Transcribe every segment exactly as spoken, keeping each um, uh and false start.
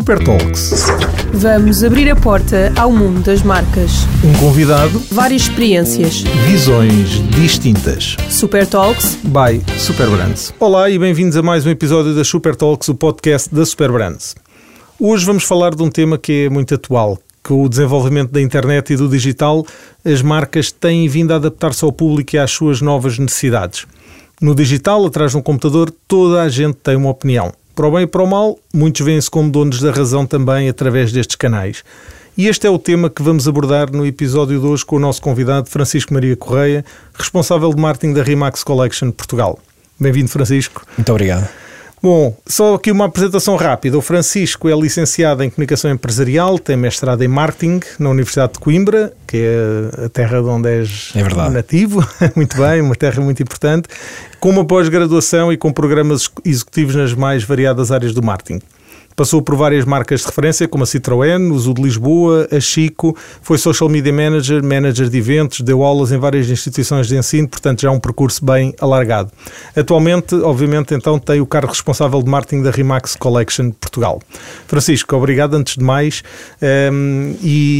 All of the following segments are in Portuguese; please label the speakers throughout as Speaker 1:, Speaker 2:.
Speaker 1: Super Talks.
Speaker 2: Vamos abrir a porta ao mundo das marcas.
Speaker 1: Um convidado,
Speaker 2: várias experiências,
Speaker 1: visões distintas.
Speaker 2: Super Talks
Speaker 1: by Super Brands. Olá e bem-vindos a mais um episódio da Super Talks, o podcast da Super Brands. Hoje vamos falar de um tema que é muito atual. Com o desenvolvimento da internet e do digital, as marcas têm vindo a adaptar-se ao público e às suas novas necessidades. No digital, atrás de um computador, toda a gente tem uma opinião. Para o bem e para o mal, muitos veem-se como donos da razão também através destes canais. E este é o tema que vamos abordar no episódio de hoje com o nosso convidado Francisco Maria Correia, responsável de marketing da Remax Collection Portugal. Bem-vindo, Francisco.
Speaker 3: Muito obrigado.
Speaker 1: Bom, só aqui uma apresentação rápida. O Francisco é licenciado em Comunicação Empresarial, tem mestrado em Marketing na Universidade de Coimbra, que é a terra de onde és
Speaker 3: é verdade.
Speaker 1: nativo. Muito bem, uma terra muito importante, com uma pós-graduação e com programas executivos nas mais variadas áreas do marketing. Passou por várias marcas de referência, como a Citroën, o Zoo de Lisboa, a Chico, foi Social Media Manager, Manager de eventos, deu aulas em várias instituições de ensino, portanto já é um percurso bem alargado. Atualmente, obviamente, então, tem o cargo responsável de marketing da Remax Collection Portugal. Francisco, obrigado antes de mais. Um,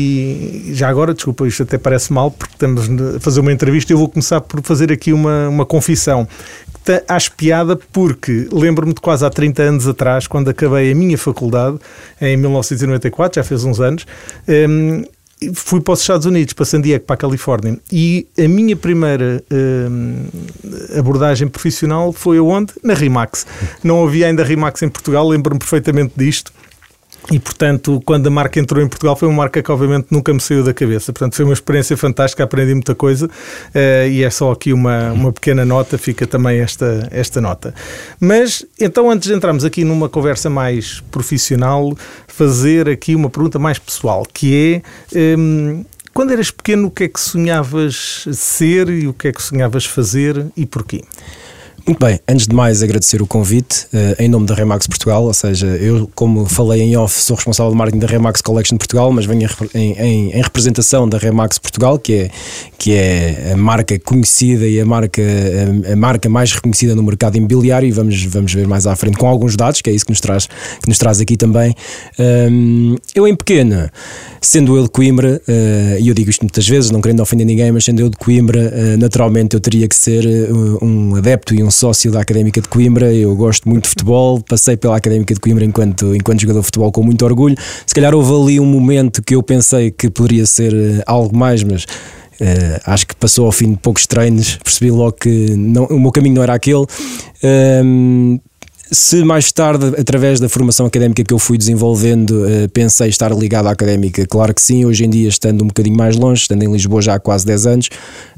Speaker 1: e já agora, desculpa, isto até parece mal, porque estamos a fazer uma entrevista e eu vou começar por fazer aqui uma, uma confissão. Acho piada porque lembro-me de quase há trinta anos atrás, quando acabei a minha faculdade, em mil novecentos e noventa e quatro, já fez uns anos, um, fui para os Estados Unidos, para San Diego, para a Califórnia, e a minha primeira um, abordagem profissional foi aonde? Na Remax. Não havia ainda Remax em Portugal, lembro-me perfeitamente disto. E, portanto, quando a marca entrou em Portugal, foi uma marca que, obviamente, nunca me saiu da cabeça. Portanto, foi uma experiência fantástica, aprendi muita coisa uh, e é só aqui uma, uma pequena nota, fica também esta, esta nota. Mas, então, antes de entrarmos aqui numa conversa mais profissional, fazer aqui uma pergunta mais pessoal, que é... Um, quando eras pequeno, o que é que sonhavas ser e o que é que sonhavas fazer e porquê?
Speaker 3: Muito bem, antes de mais agradecer o convite uh, em nome da Remax Portugal, ou seja, eu, como falei em off, sou responsável de marketing da Remax Collection Portugal, mas venho em, em, em representação da Remax Portugal, que é, que é a marca conhecida e a marca, a, a marca mais reconhecida no mercado imobiliário, e vamos, vamos ver mais à frente com alguns dados, que é isso que nos traz, que nos traz aqui também. Um, eu em pequena, sendo eu de Coimbra, uh, e eu digo isto muitas vezes, não querendo ofender ninguém, mas sendo eu de Coimbra, uh, naturalmente eu teria que ser uh, um adepto e um sócio da Académica de Coimbra. Eu gosto muito de futebol, passei pela Académica de Coimbra enquanto, enquanto jogador de futebol com muito orgulho. Se calhar houve ali um momento que eu pensei que poderia ser uh, algo mais, mas uh, acho que passou ao fim de poucos treinos, percebi logo que não, o meu caminho não era aquele. Um, Se mais tarde, através da formação académica que eu fui desenvolvendo, pensei estar ligado à académica, claro que sim. Hoje em dia, estando um bocadinho mais longe, estando em Lisboa já há quase dez anos,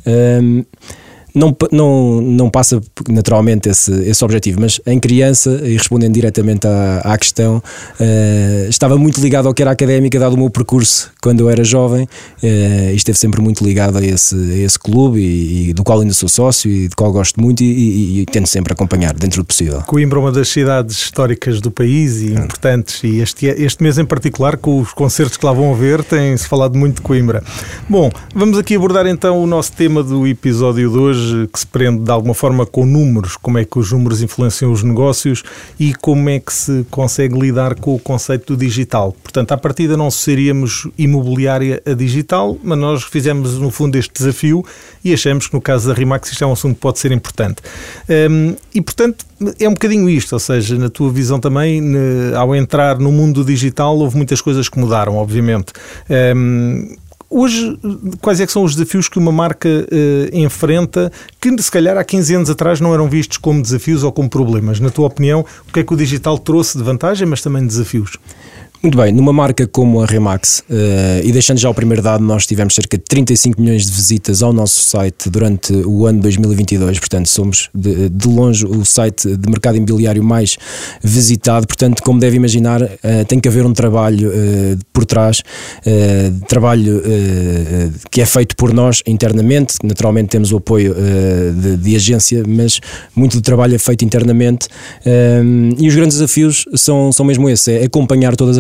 Speaker 3: não, não, não passa naturalmente esse, esse objetivo, mas em criança, e respondendo diretamente à, à questão, uh, estava muito ligado ao que era académica, dado o meu percurso quando eu era jovem, uh, e esteve sempre muito ligado a esse, a esse clube, e, e do qual ainda sou sócio e do qual gosto muito, e, e, e tento sempre acompanhar dentro do possível.
Speaker 1: Coimbra é uma das cidades históricas do país e importantes, e este, este mês em particular, com os concertos que lá vão haver, tem-se falado muito de Coimbra. Bom, vamos aqui abordar então o nosso tema do episódio de hoje, que se prende de alguma forma com números, como é que os números influenciam os negócios e como é que se consegue lidar com o conceito do digital. Portanto, à partida não seríamos imobiliária a digital, mas nós fizemos no fundo este desafio e achamos que no caso da Remax isto é um assunto que pode ser importante. Um, e portanto é um bocadinho isto, ou seja, na tua visão também, ne, ao entrar no mundo digital houve muitas coisas que mudaram, obviamente. Um, Hoje, quais é que são os desafios que uma marca uh, enfrenta que, se calhar, há quinze anos atrás não eram vistos como desafios ou como problemas? Na tua opinião, o que é que o digital trouxe de vantagem, mas também de desafios?
Speaker 3: Muito bem, numa marca como a Remax, uh, e deixando já o primeiro dado, nós tivemos cerca de trinta e cinco milhões de visitas ao nosso site durante o ano dois mil e vinte e dois, portanto somos de, de longe o site de mercado imobiliário mais visitado. Portanto, como deve imaginar, uh, tem que haver um trabalho uh, por trás, uh, trabalho uh, que é feito por nós internamente. Naturalmente temos o apoio uh, de, de agência, mas muito do trabalho é feito internamente, uh, e os grandes desafios são, são mesmo esses, é acompanhar todas as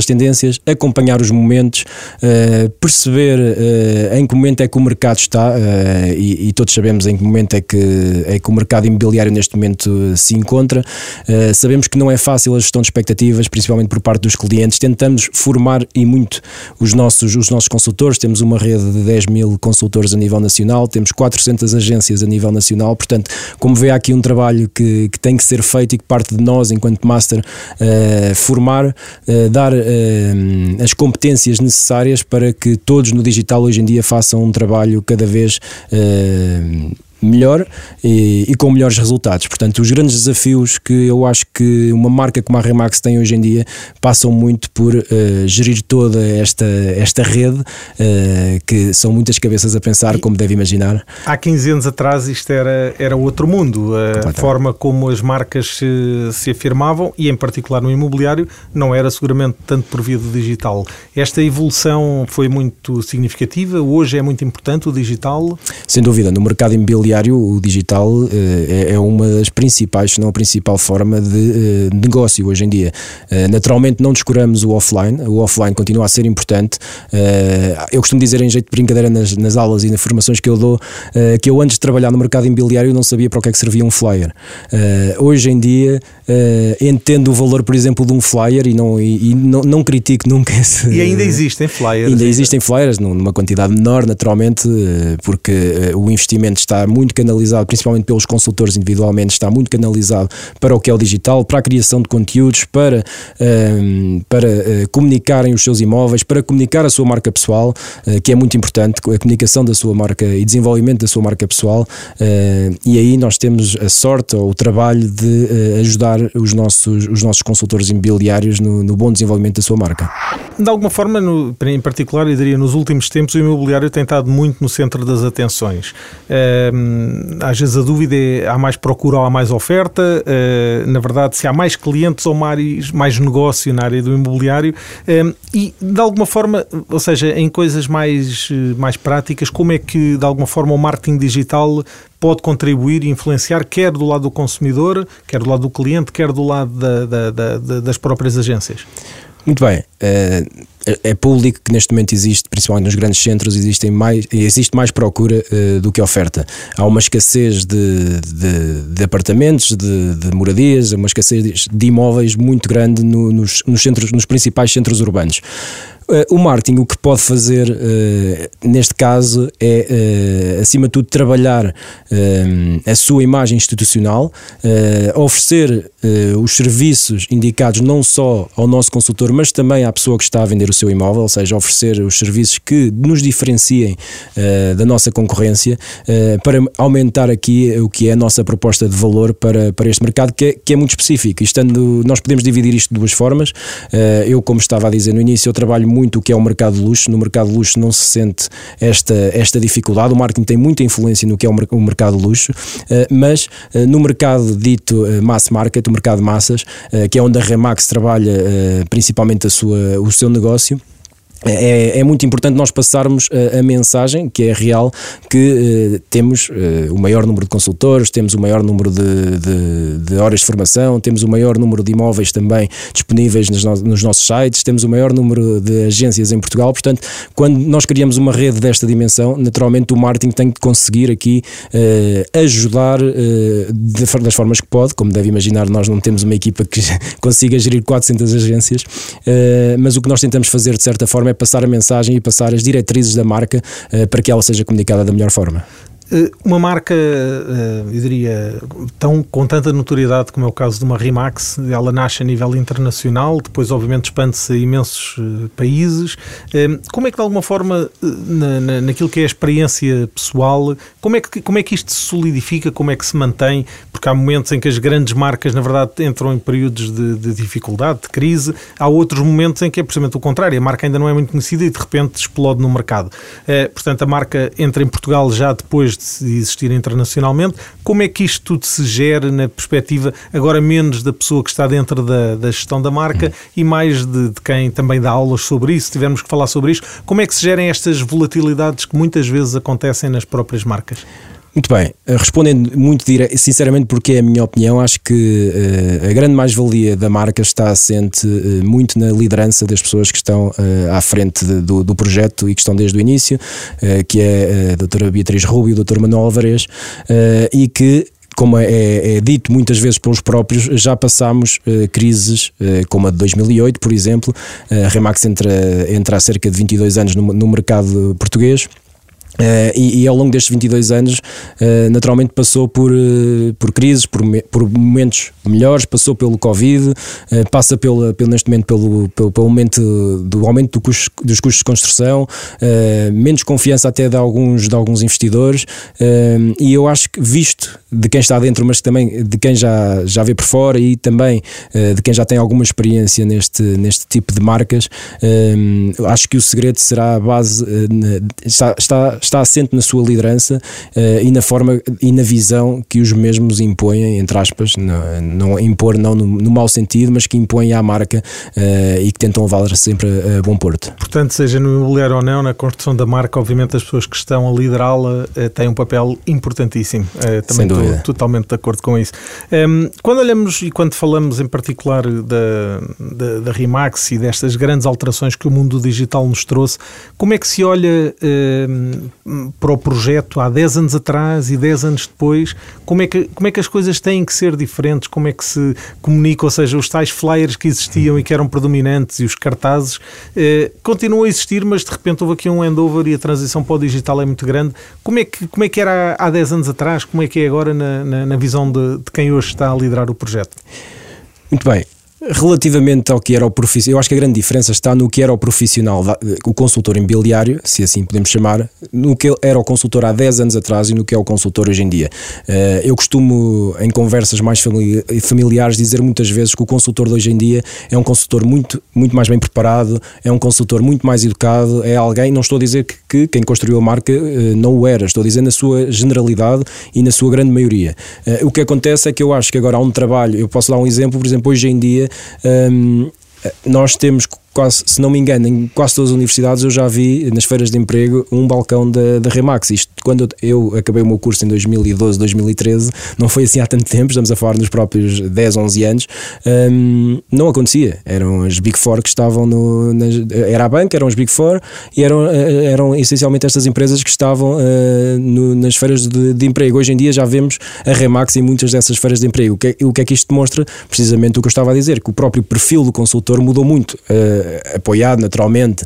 Speaker 3: tendências, acompanhar os momentos, uh, perceber uh, em que momento é que o mercado está, uh, e, e todos sabemos em que momento é que, é que o mercado imobiliário neste momento se encontra. Uh, sabemos que não é fácil a gestão de expectativas, principalmente por parte dos clientes. Tentamos formar e muito os nossos, os nossos consultores. Temos uma rede de dez mil consultores a nível nacional, temos quatrocentas agências a nível nacional, portanto, como vê, há aqui um trabalho que, que tem que ser feito e que parte de nós, enquanto Master, uh, formar, uh, dar uh, as competências necessárias para que todos no digital hoje em dia façam um trabalho cada vez uh, melhor e, e com melhores resultados. Portanto, os grandes desafios que eu acho que uma marca como a Remax tem hoje em dia passam muito por uh, gerir toda esta, esta rede, uh, que são muitas cabeças a pensar, como deve imaginar.
Speaker 1: Há quinze anos atrás isto era, era outro mundo, a forma como as marcas se, se afirmavam, e em particular no imobiliário, não era seguramente tanto por via do digital. Esta evolução foi muito significativa, hoje é muito importante o digital?
Speaker 3: Sem dúvida, no mercado imobiliário o digital uh, é, é uma das principais, se não a principal forma de uh, negócio hoje em dia. Uh, naturalmente não descuramos o offline, o offline continua a ser importante. Uh, eu costumo dizer em jeito de brincadeira nas, nas aulas e nas formações que eu dou, uh, que eu antes de trabalhar no mercado imobiliário não sabia para o que é que servia um flyer. Uh, hoje em dia uh, entendo o valor, por exemplo, de um flyer e não, e, e não, não critico nunca esse...
Speaker 1: E ainda existem flyers?
Speaker 3: Ainda existem flyers, numa quantidade menor, naturalmente, uh, porque uh, o investimento está muito muito canalizado, principalmente pelos consultores individualmente, está muito canalizado para o que é o digital, para a criação de conteúdos, para, um, para uh, comunicarem os seus imóveis, para comunicar a sua marca pessoal, uh, que é muito importante, a comunicação da sua marca e desenvolvimento da sua marca pessoal, uh, e aí nós temos a sorte ou o trabalho de uh, ajudar os nossos, os nossos consultores imobiliários no, no bom desenvolvimento da sua marca.
Speaker 1: De alguma forma, no, em particular, eu diria, nos últimos tempos o imobiliário tem estado muito no centro das atenções. Um, Às vezes a dúvida é: há mais procura ou há mais oferta? Uh, na verdade, se há mais clientes ou mais, mais negócio na área do imobiliário, uh, e de alguma forma, ou seja, em coisas mais, mais práticas, como é que de alguma forma o marketing digital pode contribuir e influenciar, quer do lado do consumidor, quer do lado do cliente, quer do lado da, da, da, das próprias agências?
Speaker 3: Muito bem. Uh, é público que neste momento existe, principalmente nos grandes centros, existem mais, existe mais procura uh, do que oferta. Há uma escassez de, de, de apartamentos, de, de moradias, uma escassez de imóveis muito grande no, nos, nos, centros, nos principais centros urbanos. O marketing o que pode fazer uh, neste caso é, uh, acima de tudo, trabalhar uh, a sua imagem institucional, uh, oferecer uh, os serviços indicados não só ao nosso consultor, mas também à pessoa que está a vender o seu imóvel, ou seja, oferecer os serviços que nos diferenciem uh, da nossa concorrência, uh, para aumentar aqui o que é a nossa proposta de valor para, para este mercado, que é, que é muito específico. E estando, nós podemos dividir isto de duas formas. Uh, eu, como estava a dizer no início, eu trabalho muito muito o que é o mercado de luxo. No mercado de luxo não se sente esta, esta dificuldade. O marketing tem muita influência no que é o, o mercado de luxo, mas no mercado dito mass market, o mercado de massas, que é onde a Remax trabalha principalmente a sua, o seu negócio, É, é muito importante nós passarmos a, a mensagem, que é real, que uh, temos uh, o maior número de consultores, temos o maior número de, de, de horas de formação, temos o maior número de imóveis também disponíveis nos, no, nos nossos sites, temos o maior número de agências em Portugal. Portanto, quando nós criamos uma rede desta dimensão, naturalmente o marketing tem que conseguir aqui uh, ajudar uh, de, das formas que pode. Como deve imaginar, nós não temos uma equipa que consiga gerir quatrocentas agências, uh, mas o que nós tentamos fazer de certa forma é passar a mensagem e passar as diretrizes da marca uh, para que ela seja comunicada da melhor forma.
Speaker 1: Uma marca, eu diria, tão, com tanta notoriedade como é o caso de uma Remax, ela nasce a nível internacional, depois obviamente expande-se a imensos países. Como é que de alguma forma, na, na, naquilo que é a experiência pessoal, como é, que, como é que isto se solidifica, como é que se mantém? Porque há momentos em que as grandes marcas, na verdade, entram em períodos de, de dificuldade, de crise. Há outros momentos em que é precisamente o contrário, a marca ainda não é muito conhecida e de repente explode no mercado. Portanto, a marca entra em Portugal já depois de existir internacionalmente. Como é que isto tudo se gera na perspectiva, agora menos da pessoa que está dentro da, da gestão da marca hum. e mais de, de quem também dá aulas sobre isso, se tivermos que falar sobre isto, como é que se gerem estas volatilidades que muitas vezes acontecem nas próprias marcas?
Speaker 3: Muito bem, respondendo muito dire- sinceramente, porque é a minha opinião, acho que uh, a grande mais-valia da marca está assente uh, muito na liderança das pessoas que estão uh, à frente de, do, do projeto e que estão desde o início, uh, que é a doutora Beatriz Rubio e o doutor Manuel Alvarez, uh, e que, como é, é dito muitas vezes pelos próprios, já passámos uh, crises uh, como a de dois mil e oito, por exemplo. Uh, a Remax entra, entra há cerca de vinte e dois anos no, no mercado português. Uh, e, e ao longo destes vinte e dois anos uh, naturalmente passou por, uh, por crises, por, me, por momentos melhores, passou pelo Covid, uh, passa pelo, pelo, neste momento pelo, pelo, pelo momento do aumento do custo, dos custos de construção, uh, menos confiança até de alguns, de alguns investidores, uh, e eu acho que, visto de quem está dentro, mas também de quem já, já vê por fora e também uh, de quem já tem alguma experiência neste, neste tipo de marcas, uh, acho que o segredo será a base, uh, está, está está assente na sua liderança uh, e na forma e na visão que os mesmos impõem, entre aspas, não, não impor não no, no mau sentido, mas que impõem à marca uh, e que tentam levá-la sempre a, a bom porto.
Speaker 1: Portanto, seja no imobiliário ou não, na construção da marca, obviamente as pessoas que estão a liderá-la uh, têm um papel importantíssimo. Uh, também estou totalmente de acordo com isso. Um, quando olhamos e quando falamos em particular da, da, da Remax e destas grandes alterações que o mundo digital nos trouxe, como é que se olha uh, para o projeto há dez anos atrás e dez anos depois? Como é, que, como é que as coisas têm que ser diferentes? Como é que se comunica? Ou seja, os tais flyers que existiam e que eram predominantes e os cartazes eh, continuam a existir, mas de repente houve aqui um handover e a transição para o digital é muito grande. Como é que, como é que era há dez anos atrás? Como é que é agora na, na, na visão de, de quem hoje está a liderar o projeto?
Speaker 3: Muito bem. Relativamente ao que era o profissional, eu acho que a grande diferença está no que era o profissional, o consultor imobiliário, se assim podemos chamar, no que era o consultor há dez anos atrás e no que é o consultor hoje em dia. Eu costumo, em conversas mais familiares, dizer muitas vezes que o consultor de hoje em dia é um consultor muito, muito mais bem preparado, é um consultor muito mais educado, é alguém, não estou a dizer que, que quem construiu a marca não o era, estou a dizer na sua generalidade e na sua grande maioria. O que acontece é que eu acho que agora há um trabalho, eu posso dar um exemplo, por exemplo, hoje em dia Um, nós temos quase, se não me engano, em quase todas as universidades eu já vi nas feiras de emprego um balcão da, da Remax. Isto quando eu acabei o meu curso em dois mil e doze, dois mil e treze, não foi assim há tanto tempo, estamos a falar nos próprios dez, onze anos, um, não acontecia. Eram as Big Four que estavam no, nas, era a banca, eram as Big Four e eram, eram essencialmente estas empresas que estavam uh, no, nas feiras de, de emprego. Hoje em dia já vemos a Remax em muitas dessas feiras de emprego. O que, é, o que é que isto demonstra? Precisamente o que eu estava a dizer, que o próprio perfil do consultor mudou muito. Uh, apoiado naturalmente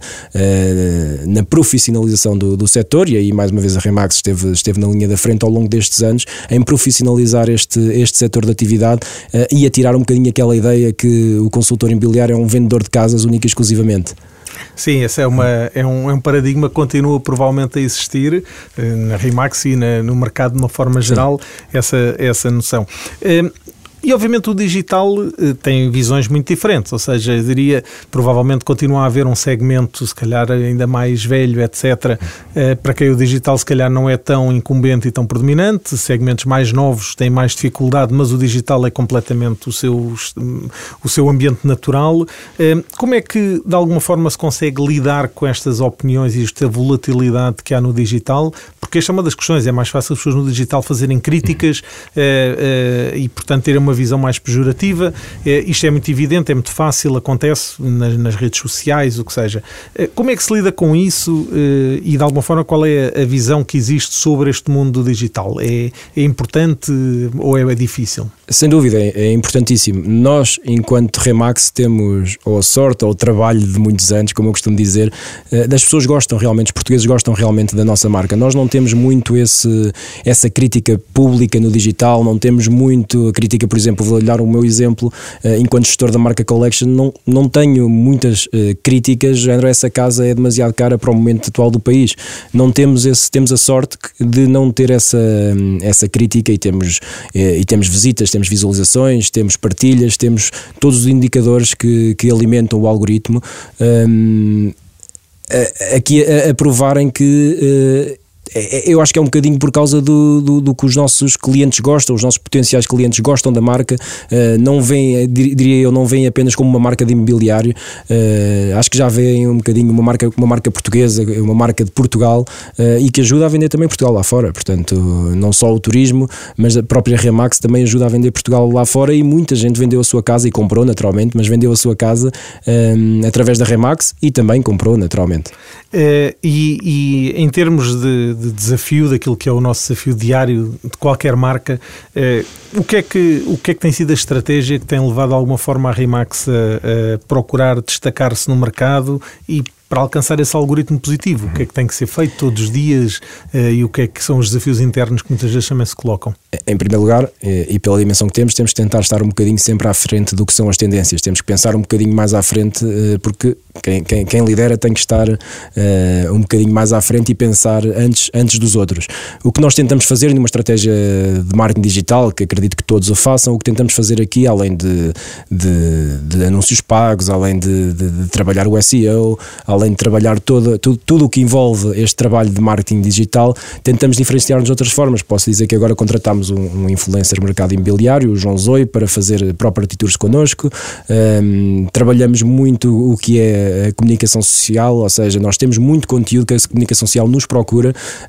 Speaker 3: uh, na profissionalização do, do setor, e aí mais uma vez a Remax esteve, esteve na linha da frente ao longo destes anos em profissionalizar este, este setor de atividade uh, e a tirar um bocadinho aquela ideia que o consultor imobiliário é um vendedor de casas única e exclusivamente.
Speaker 1: Sim, esse é, uma, é, um, é um paradigma que continua provavelmente a existir na Remax e na, no mercado de uma forma geral, essa, essa noção. Uh, E obviamente o digital eh, tem visões muito diferentes, ou seja, eu diria, provavelmente continua a haver um segmento se calhar ainda mais velho, etcétera, eh, para quem o digital se calhar não é tão incumbente e tão predominante, segmentos mais novos têm mais dificuldade, mas o digital é completamente o seu, o seu ambiente natural. Eh, como é que de alguma forma se consegue lidar com estas opiniões e esta volatilidade que há no digital? Porque esta é uma das questões, é mais fácil as pessoas no digital fazerem críticas eh, eh, e portanto terem uma visão mais pejorativa. Eh, isto é muito evidente, é muito fácil, acontece nas, nas redes sociais, o que seja. Eh, como é que se lida com isso eh, e de alguma forma qual é a, a visão que existe sobre este mundo digital? É, é importante ou é, é difícil?
Speaker 3: Sem dúvida, é, é importantíssimo. Nós, enquanto Remax, temos ou a sorte ou o trabalho de muitos anos, como eu costumo dizer, eh, das pessoas gostam realmente, os portugueses gostam realmente da nossa marca. Nós não temos muito esse, essa crítica pública no digital, não temos muito a crítica, por exemplo, vou dar o meu exemplo, uh, enquanto gestor da marca Collection, não, não tenho muitas uh, críticas, género, essa casa é demasiado cara para o momento atual do país. Não temos esse, temos a sorte de não ter essa, essa crítica e temos, uh, e temos visitas, temos visualizações, temos partilhas, temos todos os indicadores que, que alimentam o algoritmo, um, aqui a, a provarem que uh, eu acho que é um bocadinho por causa do, do, do que os nossos clientes gostam, os nossos potenciais clientes gostam da marca, uh, não veem, diria eu, não veem apenas como uma marca de imobiliário, uh, acho que já veem um bocadinho uma marca, uma marca portuguesa, uma marca de Portugal, uh, e que ajuda a vender também Portugal lá fora, portanto, não só o turismo, mas a própria Remax também ajuda a vender Portugal lá fora, e muita gente vendeu a sua casa e comprou naturalmente, mas vendeu a sua casa um, através da Remax e também comprou naturalmente.
Speaker 1: Uh, e, e em termos de, de desafio, daquilo que é o nosso desafio diário de qualquer marca, uh, o, que é que, o que é que tem sido a estratégia que tem levado de alguma forma a Remax a, a procurar destacar-se no mercado e para alcançar esse algoritmo positivo? O que é que tem que ser feito todos os dias uh, e o que é que são os desafios internos que muitas vezes também se colocam?
Speaker 3: Em primeiro lugar, e pela dimensão que temos, temos que tentar estar um bocadinho sempre à frente do que são as tendências. Temos que pensar um bocadinho mais à frente, porque quem, quem, quem lidera tem que estar uh, um bocadinho mais à frente e pensar antes, antes dos outros. O que nós tentamos fazer numa estratégia de marketing digital, que acredito que todos o façam, o que tentamos fazer aqui, além de, de, de anúncios pagos, além de, de, de trabalhar o S E O, além de trabalhar todo, tudo, tudo o que envolve este trabalho de marketing digital, tentamos diferenciar-nos de outras formas. Posso dizer que agora contratámos um, um influencer no mercado imobiliário, o João Zoi, para fazer property tours connosco. Um, trabalhamos muito o que é a comunicação social, ou seja, nós temos muito conteúdo que a comunicação social nos procura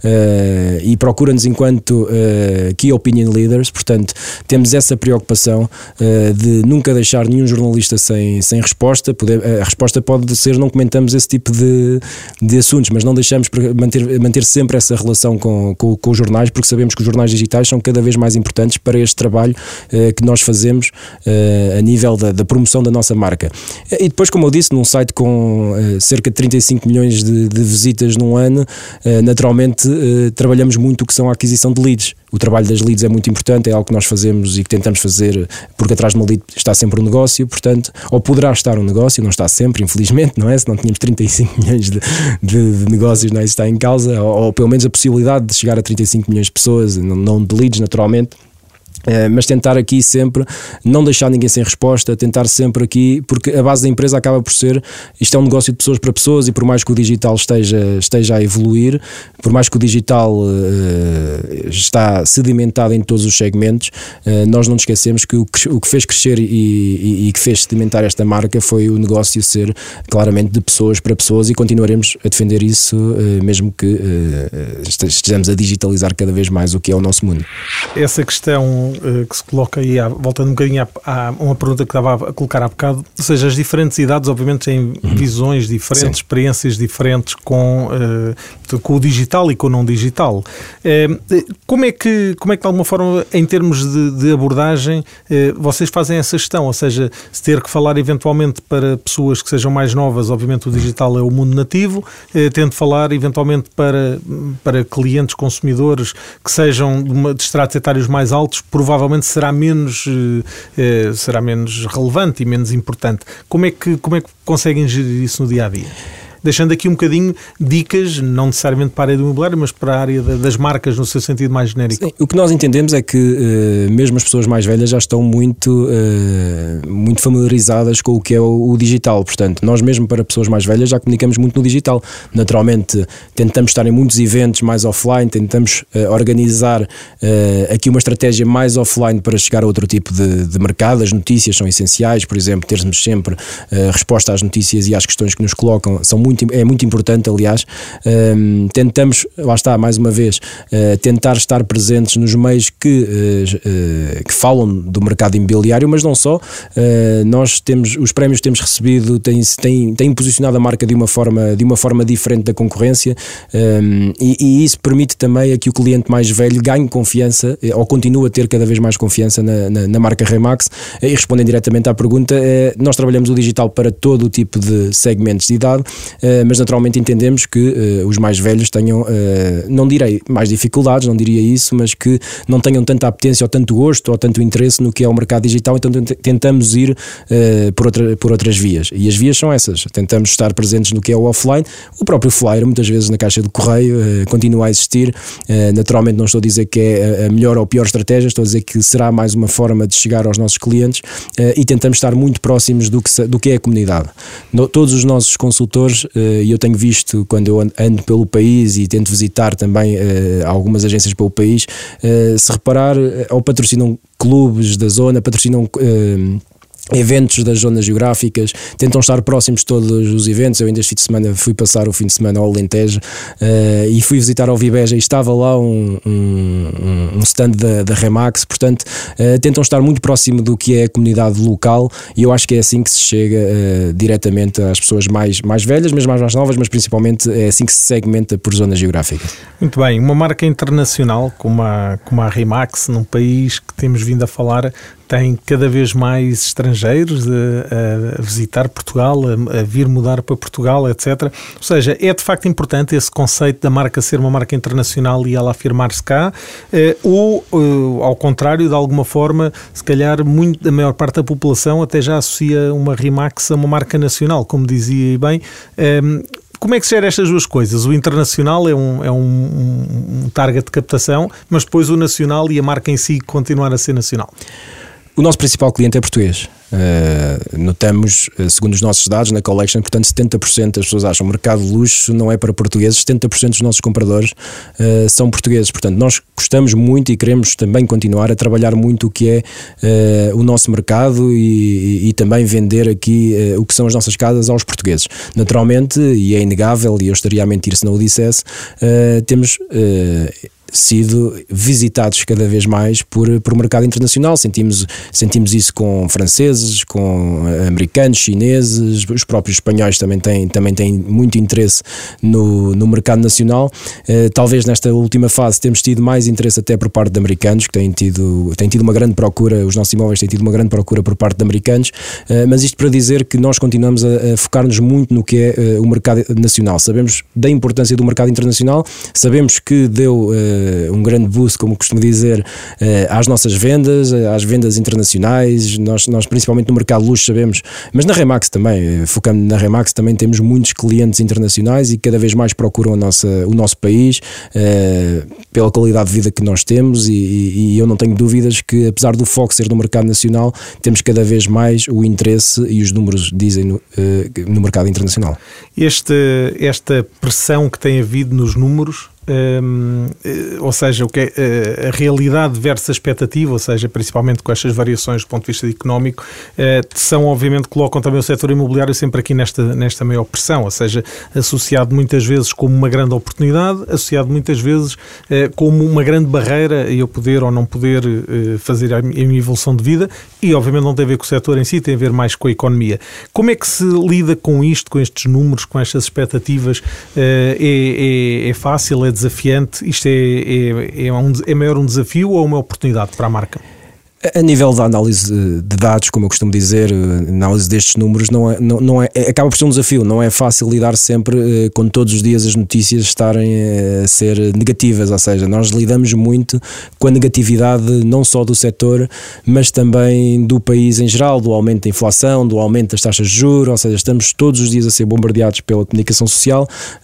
Speaker 3: uh, e procura-nos enquanto uh, Key Opinion Leaders, portanto temos essa preocupação uh, de nunca deixar nenhum jornalista sem, sem resposta. Poder, a resposta pode ser não comentamos esse tipo de, de assuntos, mas não deixamos manter, manter sempre essa relação com, com, com os jornais, porque sabemos que os jornais digitais são cada vez mais importantes para este trabalho uh, que nós fazemos uh, a nível da, da promoção da nossa marca. E depois, como eu disse, num site com uh, cerca de trinta e cinco milhões de, de visitas num ano, uh, naturalmente uh, trabalhamos muito o que são a aquisição de leads. O trabalho das leads é muito importante, é algo que nós fazemos e que tentamos fazer, porque atrás de uma lead está sempre um negócio, portanto, ou poderá estar um negócio, não está sempre, infelizmente, não é? Se não tínhamos trinta e cinco milhões de, de, de negócios, não é? Isso está em causa, ou, ou pelo menos a possibilidade de chegar a trinta e cinco milhões de pessoas, não, não de leads naturalmente. Uh, mas tentar aqui sempre não deixar ninguém sem resposta, tentar sempre aqui, porque a base da empresa acaba por ser, isto é um negócio de pessoas para pessoas, e por mais que o digital esteja, esteja a evoluir, por mais que o digital uh, está sedimentado em todos os segmentos, uh, nós não nos esquecemos que o, que o que fez crescer e, e, e que fez sedimentar esta marca foi o negócio ser claramente de pessoas para pessoas, e continuaremos a defender isso uh, mesmo que uh, estejamos a digitalizar cada vez mais o que é o nosso mundo.
Speaker 1: Essa questão que se coloca aí, voltando um bocadinho a, a uma pergunta que estava a colocar há bocado, ou seja, as diferentes idades obviamente têm uhum. visões diferentes, Sim. experiências diferentes com, uh, com o digital e com o não digital. Uh, como, é que, como é que de alguma forma, em termos de, de abordagem, uh, vocês fazem essa gestão? Ou seja, se ter que falar eventualmente para pessoas que sejam mais novas, obviamente o digital é o mundo nativo, uh, tendo de falar eventualmente para, para clientes, consumidores que sejam de, uma, de estratos etários mais altos, provavelmente será menos, eh, será menos relevante e menos importante. Como é que, como é que conseguem gerir isso no dia-a-dia? Deixando aqui um bocadinho dicas, não necessariamente para a área do imobiliário, mas para a área das marcas no seu sentido mais genérico.
Speaker 3: Sim, o que nós entendemos é que uh, mesmo as pessoas mais velhas já estão muito, uh, muito familiarizadas com o que é o, o digital. Portanto, nós mesmo para pessoas mais velhas já comunicamos muito no digital. Naturalmente, tentamos estar em muitos eventos mais offline, tentamos uh, organizar uh, aqui uma estratégia mais offline para chegar a outro tipo de, de mercado. As notícias são essenciais, por exemplo, termos sempre uh, resposta às notícias e às questões que nos colocam são muito é muito importante, aliás. Um, tentamos, lá está, mais uma vez, uh, tentar estar presentes nos meios que, uh, uh, que falam do mercado imobiliário, mas não só. Uh, nós temos, os prémios que temos recebido têm, têm, têm posicionado a marca de uma forma, de uma forma diferente da concorrência, um, e, e isso permite também a que o cliente mais velho ganhe confiança, ou continue a ter cada vez mais confiança na, na, na marca Remax. E respondendo diretamente à pergunta, uh, nós trabalhamos o digital para todo o tipo de segmentos de idade, Uh, mas naturalmente entendemos que uh, os mais velhos tenham, uh, não direi mais dificuldades, não diria isso, mas que não tenham tanta apetência ou tanto gosto ou tanto interesse no que é o mercado digital, então tentamos ir uh, por, outra, por outras vias, e as vias são essas. Tentamos estar presentes no que é o offline. O próprio flyer, muitas vezes na caixa de correio, uh, continua a existir. Uh, naturalmente não estou a dizer que é a melhor ou pior estratégia, estou a dizer que será mais uma forma de chegar aos nossos clientes, uh, e tentamos estar muito próximos do que, do que é a comunidade. No, todos os nossos consultores e eu tenho visto quando eu ando pelo país e tento visitar também algumas agências pelo país, se reparar, ou patrocinam clubes da zona, patrocinam eventos das zonas geográficas, tentam estar próximos de todos os eventos. Eu ainda este fim de semana fui passar o fim de semana ao Alentejo uh, e fui visitar ao Vibeja e estava lá um, um, um stand da, da Remax, portanto uh, tentam estar muito próximo do que é a comunidade local, e eu acho que é assim que se chega uh, diretamente às pessoas mais, mais velhas, mesmo às mais novas, mas principalmente é assim que se segmenta por zona geográfica.
Speaker 1: Muito bem, uma marca internacional como a, como a Remax, num país que temos vindo a falar, tem cada vez mais estrangeiros a, a visitar Portugal, a, a vir mudar para Portugal, etcétera. Ou seja, é de facto importante esse conceito da marca ser uma marca internacional e ela afirmar-se cá, eh, ou, eh, ao contrário, de alguma forma, se calhar muito, a maior parte da população até já associa uma Remax a uma marca nacional, como dizia bem. Eh, Como é que se gera estas duas coisas? O internacional é um, é um, um, um target de captação, mas depois o nacional e a marca em si continuar a ser nacional.
Speaker 3: O nosso principal cliente é português. Uh, notamos, uh, segundo os nossos dados na Collection, portanto setenta por cento das pessoas acham que o mercado de luxo não é para portugueses, setenta por cento dos nossos compradores uh, são portugueses. Portanto, nós gostamos muito e queremos também continuar a trabalhar muito o que é uh, o nosso mercado e, e, e também vender aqui uh, o que são as nossas casas aos portugueses. Naturalmente, e é inegável, e eu estaria a mentir se não o dissesse, uh, temos... Uh, sido visitados cada vez mais por, por mercado internacional. Sentimos, sentimos isso com franceses, com americanos, chineses, os próprios espanhóis também têm, também têm muito interesse no, no mercado nacional. Uh, talvez nesta última fase temos tido mais interesse até por parte de americanos, que têm tido, têm tido uma grande procura, os nossos imóveis têm tido uma grande procura por parte de americanos, uh, mas isto para dizer que nós continuamos a, a focar-nos muito no que é uh, o mercado nacional. Sabemos da importância do mercado internacional, sabemos que deu uh, um grande boost, como costumo dizer, às nossas vendas, às vendas internacionais. Nós, nós principalmente no mercado de luxo sabemos, mas na Remax também, focando na Remax, também temos muitos clientes internacionais e cada vez mais procuram a nossa, o nosso país pela qualidade de vida que nós temos, e, e eu não tenho dúvidas que, apesar do foco ser no mercado nacional, temos cada vez mais o interesse, e os números dizem, no, no mercado internacional.
Speaker 1: Este, esta pressão que tem havido nos números, Um, ou seja, o que é, a realidade versus a expectativa, ou seja, principalmente com estas variações do ponto de vista económico, uh, são obviamente, colocam também o setor imobiliário sempre aqui nesta, nesta maior pressão, ou seja, associado muitas vezes como uma grande oportunidade, associado muitas vezes uh, como uma grande barreira a eu poder ou não poder uh, fazer a minha evolução de vida, e obviamente não tem a ver com o setor em si, tem a ver mais com a economia. Como é que se lida com isto, com estes números, com estas expectativas? Uh, é, é, é fácil? É desafiante? Isto é, é, é, um, é maior um desafio ou uma oportunidade para a marca?
Speaker 3: A nível da análise de dados, como eu costumo dizer, a análise destes números não é, não, não é, acaba por ser um desafio. Não é fácil lidar sempre com todos os dias as notícias estarem a ser negativas, ou seja, nós lidamos muito com a negatividade não só do setor, mas também do país em geral, do aumento da inflação, do aumento das taxas de juros, ou seja, estamos todos os dias a ser bombardeados pela comunicação social,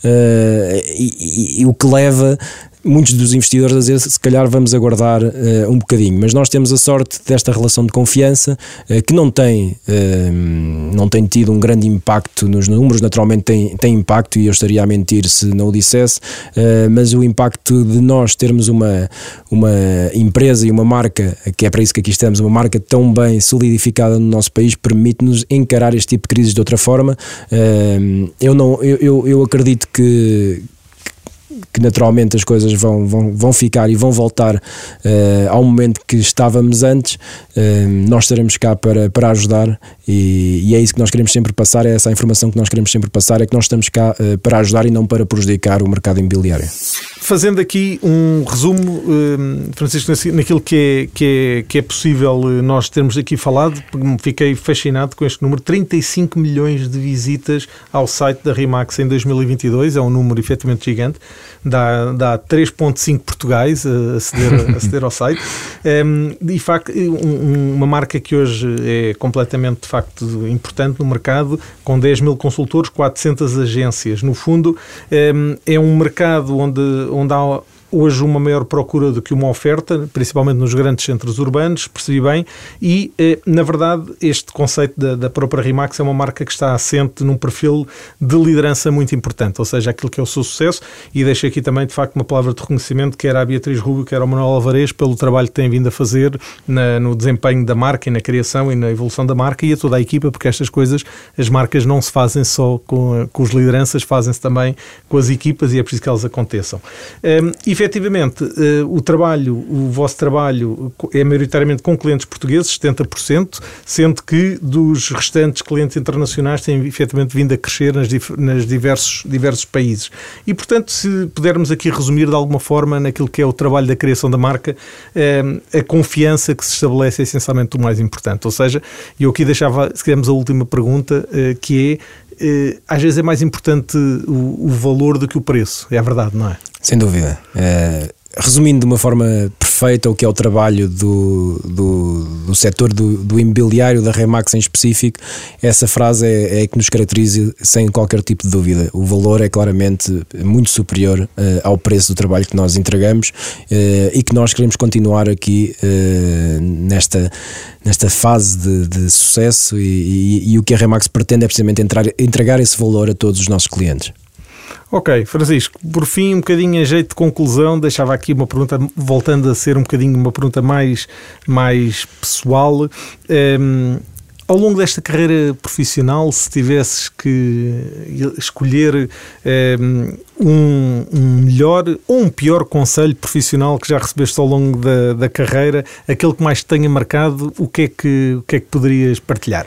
Speaker 3: uh, e, e, e o que leva muitos dos investidores a dizer, se calhar vamos aguardar uh, um bocadinho, mas nós temos a sorte desta relação de confiança, uh, que não tem, uh, não tem tido um grande impacto nos números. Naturalmente tem, tem impacto, e eu estaria a mentir se não o dissesse, uh, mas o impacto de nós termos uma, uma empresa e uma marca, que é para isso que aqui estamos, uma marca tão bem solidificada no nosso país, permite-nos encarar este tipo de crises de outra forma. Uh, eu, não, eu, eu, eu acredito que que naturalmente as coisas vão, vão, vão ficar e vão voltar uh, ao momento que estávamos antes. Uh, nós estaremos cá para, para ajudar, e, e é isso que nós queremos sempre passar, é essa a informação que nós queremos sempre passar, é que nós estamos cá uh, para ajudar e não para prejudicar o mercado imobiliário.
Speaker 1: Fazendo aqui um resumo, Francisco, naquilo que é, que é, que é possível nós termos aqui falado, fiquei fascinado com este número: trinta e cinco milhões de visitas ao site da Remax em dois mil e vinte e dois, é um número efetivamente gigante, dá, dá três vírgula cinco Portugais a aceder, a aceder ao site, e de facto uma marca que hoje é completamente de facto importante no mercado, com dez mil consultores, quatrocentas agências. No fundo, é um mercado onde onde há hoje uma maior procura do que uma oferta, principalmente nos grandes centros urbanos, percebi bem, e eh, na verdade este conceito da, da própria Rimax é uma marca que está assente num perfil de liderança muito importante, ou seja, aquilo que é o seu sucesso, e deixo aqui também de facto uma palavra de reconhecimento, quer à Beatriz Rubio, quer ao Manuel Alvarez, pelo trabalho que têm vindo a fazer na, no desempenho da marca e na criação e na evolução da marca, e a toda a equipa, porque estas coisas, as marcas não se fazem só com, com os lideranças, fazem-se também com as equipas, e é preciso que elas aconteçam. Um, efetivamente, uh, o trabalho, o vosso trabalho é maioritariamente com clientes portugueses, setenta por cento, sendo que dos restantes clientes internacionais têm efetivamente vindo a crescer nas, nas diversos, diversos países. E, portanto, se pudermos aqui resumir de alguma forma naquilo que é o trabalho da criação da marca, um, a confiança que se estabelece é essencialmente o mais importante. Ou seja, eu aqui deixava, se quisermos, a última pergunta, uh, que é, uh, às vezes é mais importante o, o valor do que o preço. É a verdade, não é?
Speaker 3: Sem dúvida. É, resumindo de uma forma perfeita o que é o trabalho do, do, do setor do, do imobiliário da Remax em específico, essa frase é, é que nos caracteriza sem qualquer tipo de dúvida. O valor é claramente muito superior uh, ao preço do trabalho que nós entregamos uh, e que nós queremos continuar aqui uh, nesta, nesta fase de, de sucesso, e, e, e o que a Remax pretende é precisamente entrar, entregar esse valor a todos os nossos clientes.
Speaker 1: Ok, Francisco, por fim, um bocadinho a jeito de conclusão, deixava aqui uma pergunta, voltando a ser um bocadinho uma pergunta mais, mais pessoal. Um, ao longo desta carreira profissional, se tivesses que escolher um, um melhor ou um pior conselho profissional que já recebeste ao longo da, da carreira, aquele que mais te tenha marcado, o que é que, o que é que poderias partilhar?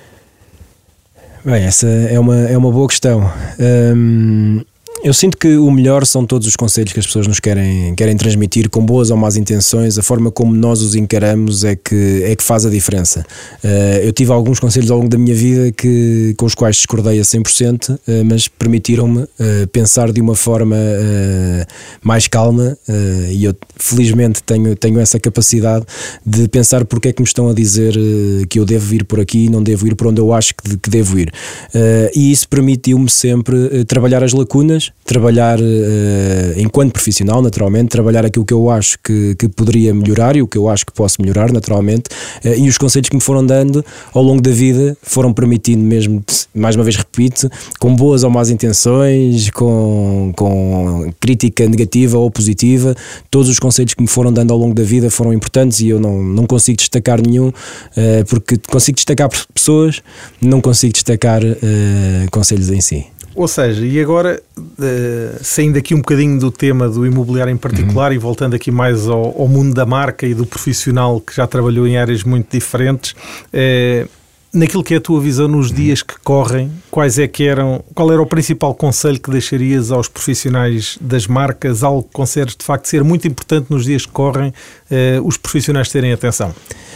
Speaker 3: Bem, essa é uma, é uma boa questão. Hum, eu sinto que o melhor são todos os conselhos que as pessoas nos querem, querem transmitir, com boas ou más intenções. A forma como nós os encaramos é que, é que faz a diferença. Uh, eu tive alguns conselhos ao longo da minha vida que, com os quais discordei a cem por cento, uh, mas permitiram-me uh, pensar de uma forma uh, mais calma, uh, e eu felizmente tenho, tenho essa capacidade de pensar porque é que me estão a dizer uh, que eu devo ir por aqui e não devo ir por onde eu acho que, que devo ir. Uh, e isso permitiu-me sempre uh, trabalhar as lacunas, trabalhar uh, enquanto profissional, naturalmente, trabalhar aquilo que eu acho que, que poderia melhorar e o que eu acho que posso melhorar, naturalmente, uh, e os conselhos que me foram dando ao longo da vida foram permitindo mesmo, mais uma vez repito, com boas ou más intenções, com, com crítica negativa ou positiva, todos os conselhos que me foram dando ao longo da vida foram importantes, e eu não, não consigo destacar nenhum, uh, porque consigo destacar pessoas, não consigo destacar uh, conselhos em si.
Speaker 1: Ou seja, e agora, uh, saindo aqui um bocadinho do tema do imobiliário em particular, uhum, e voltando aqui mais ao, ao mundo da marca e do profissional que já trabalhou em áreas muito diferentes, uh, naquilo que é a tua visão nos dias que correm, quais é que eram, qual era o principal conselho que deixarias aos profissionais das marcas, algo que consideres de facto ser muito importante nos dias que correm, uh, os profissionais terem atenção?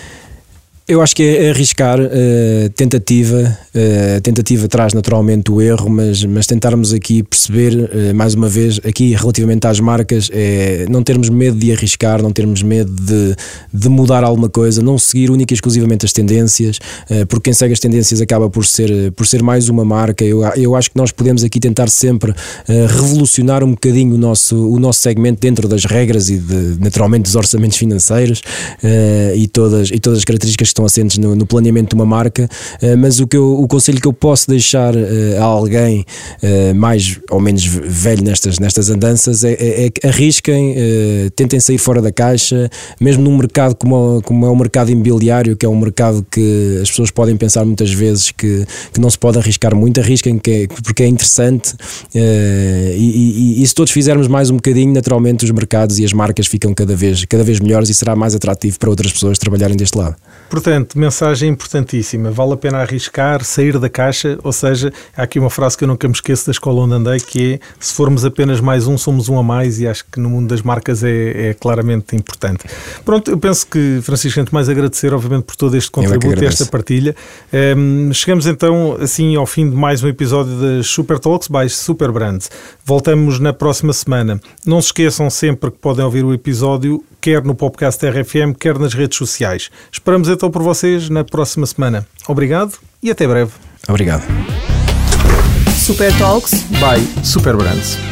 Speaker 3: Eu acho que é arriscar, uh, tentativa, uh, tentativa traz naturalmente o erro, mas, mas tentarmos aqui perceber, uh, mais uma vez, aqui relativamente às marcas, é não termos medo de arriscar, não termos medo de, de mudar alguma coisa, não seguir única e exclusivamente as tendências, uh, porque quem segue as tendências acaba por ser, por ser mais uma marca. Eu, eu acho que nós podemos aqui tentar sempre uh, revolucionar um bocadinho o nosso, o nosso segmento dentro das regras e de, naturalmente dos orçamentos financeiros, uh, e, todas, e todas as características que estão assentes no, no planeamento de uma marca, uh, mas o, que eu, o conselho que eu posso deixar uh, a alguém uh, mais ou menos velho nestas, nestas andanças é, é, é que arrisquem, uh, tentem sair fora da caixa, mesmo num mercado como, como é o mercado imobiliário, que é um mercado que as pessoas podem pensar muitas vezes que, que não se pode arriscar muito, arrisquem que é, porque é interessante, uh, e, e, e se todos fizermos mais um bocadinho, naturalmente os mercados e as marcas ficam cada vez, cada vez melhores, e será mais atrativo para outras pessoas trabalharem deste lado.
Speaker 1: Portanto, mensagem importantíssima, vale a pena arriscar, sair da caixa, ou seja, há aqui uma frase que eu nunca me esqueço da escola onde andei, que é: se formos apenas mais um, somos um a mais, e acho que no mundo das marcas é, é claramente importante. Pronto, eu penso que, Francisco, antes mais agradecer, obviamente, por todo este contributo e esta partilha. Um, chegamos então, assim, ao fim de mais um episódio das Super Talks by Super Brands. Voltamos na próxima semana. Não se esqueçam sempre que podem ouvir o episódio, quer no podcast R F M, quer nas redes sociais. Esperamos então por vocês na próxima semana. Obrigado e até breve.
Speaker 3: Obrigado.
Speaker 2: Super Talks
Speaker 1: by Super Brands.